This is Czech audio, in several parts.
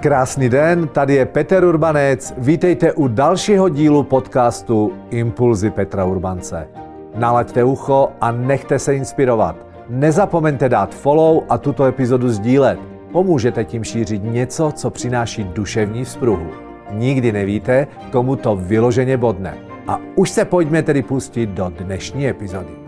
Krásný den, tady je Petr Urbanec. Vítejte u dalšího dílu podcastu Impulzy Petra Urbance. Nalaďte ucho a nechte se inspirovat. Nezapomeňte dát follow a tuto epizodu sdílet. Pomůžete tím šířit něco, co přináší duševní vzpruhu. Nikdy nevíte, komu to vyloženě bodne. A už se pojďme tedy pustit do dnešní epizody.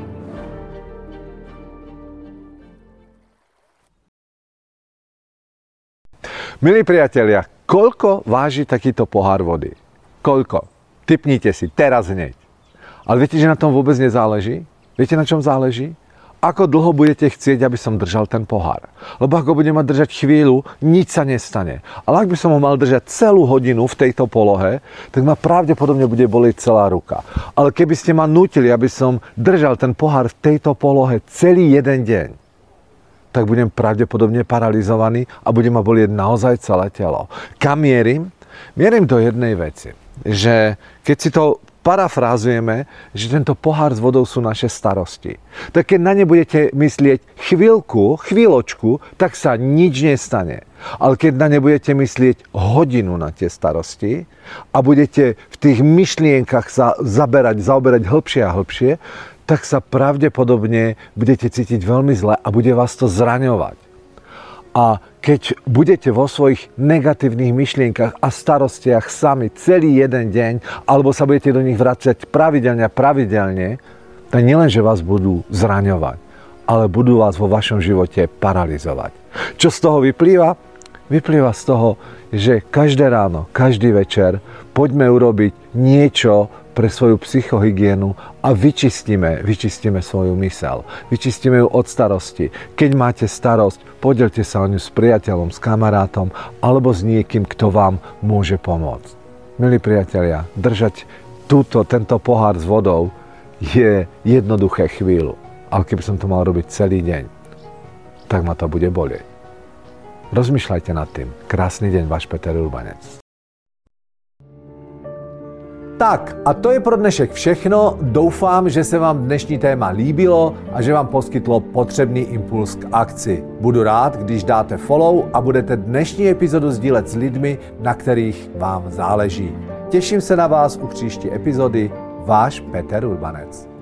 Milí priatelia, koľko váži takýto pohár vody? Koľko? Tipnite si, teraz hneď. Ale viete, že na tom vôbec nezáleží? Viete, na čom záleží? Ako dlho budete chcieť, aby som držal ten pohár? Lebo ak ho budem mať držať chvíľu, nič sa nestane. Ale ak by som ho mal držať celú hodinu v tejto polohe, tak ma pravdepodobne bude bolieť celá ruka. Ale keby ste ma nútili, aby som držal ten pohár v tejto polohe celý jeden deň, tak budem pravdepodobne paralizovaný a bude ma bolieť naozaj celé telo. Kam mierim? Mierim do jednej veci, že keď si to parafrázujeme, že tento pohár s vodou sú naše starosti. Tak keď na ne budete myslieť chvíľočku, tak sa nič nestane. Ale keď na ne budete myslieť hodinu na tie starosti a budete v tých myšlienkach sa zaoberať hĺbšie a hĺbšie, tak sa pravdepodobne budete cítiť veľmi zle a bude vás to zraňovať. A keď budete vo svojich negatívnych myšlienkach a starostiach sami celý jeden deň, alebo sa budete do nich vracať pravidelne, tak nielen, že vás budú zraňovať, ale budú vás vo vašom živote paralizovať. Čo z toho vyplýva? Vyplýva z toho, že každé ráno, každý večer poďme urobiť niečo pre svoju psychohygienu a vyčistíme svoju myseľ. Vyčistíme ju od starosti. Keď máte starosť, podielte sa o ňu s priateľom, s kamarátom alebo s niekým, kto vám môže pomôcť. Milí priatelia, držať tento pohár s vodou je jednoduché chvíľu. Ale keby som to mal robiť celý deň, tak ma to bude bolieť. Rozmýšľajte nad tým. Krásny deň, váš Petr Urbanec. Tak a to je pro dnešek všechno. Doufám, že se vám dnešní téma líbilo a že vám poskytlo potřebný impuls k akci. Budu rád, když dáte follow a budete dnešní epizodu sdílet s lidmi, na kterých vám záleží. Těším se na vás u příští epizody. Váš Petr Urbanec.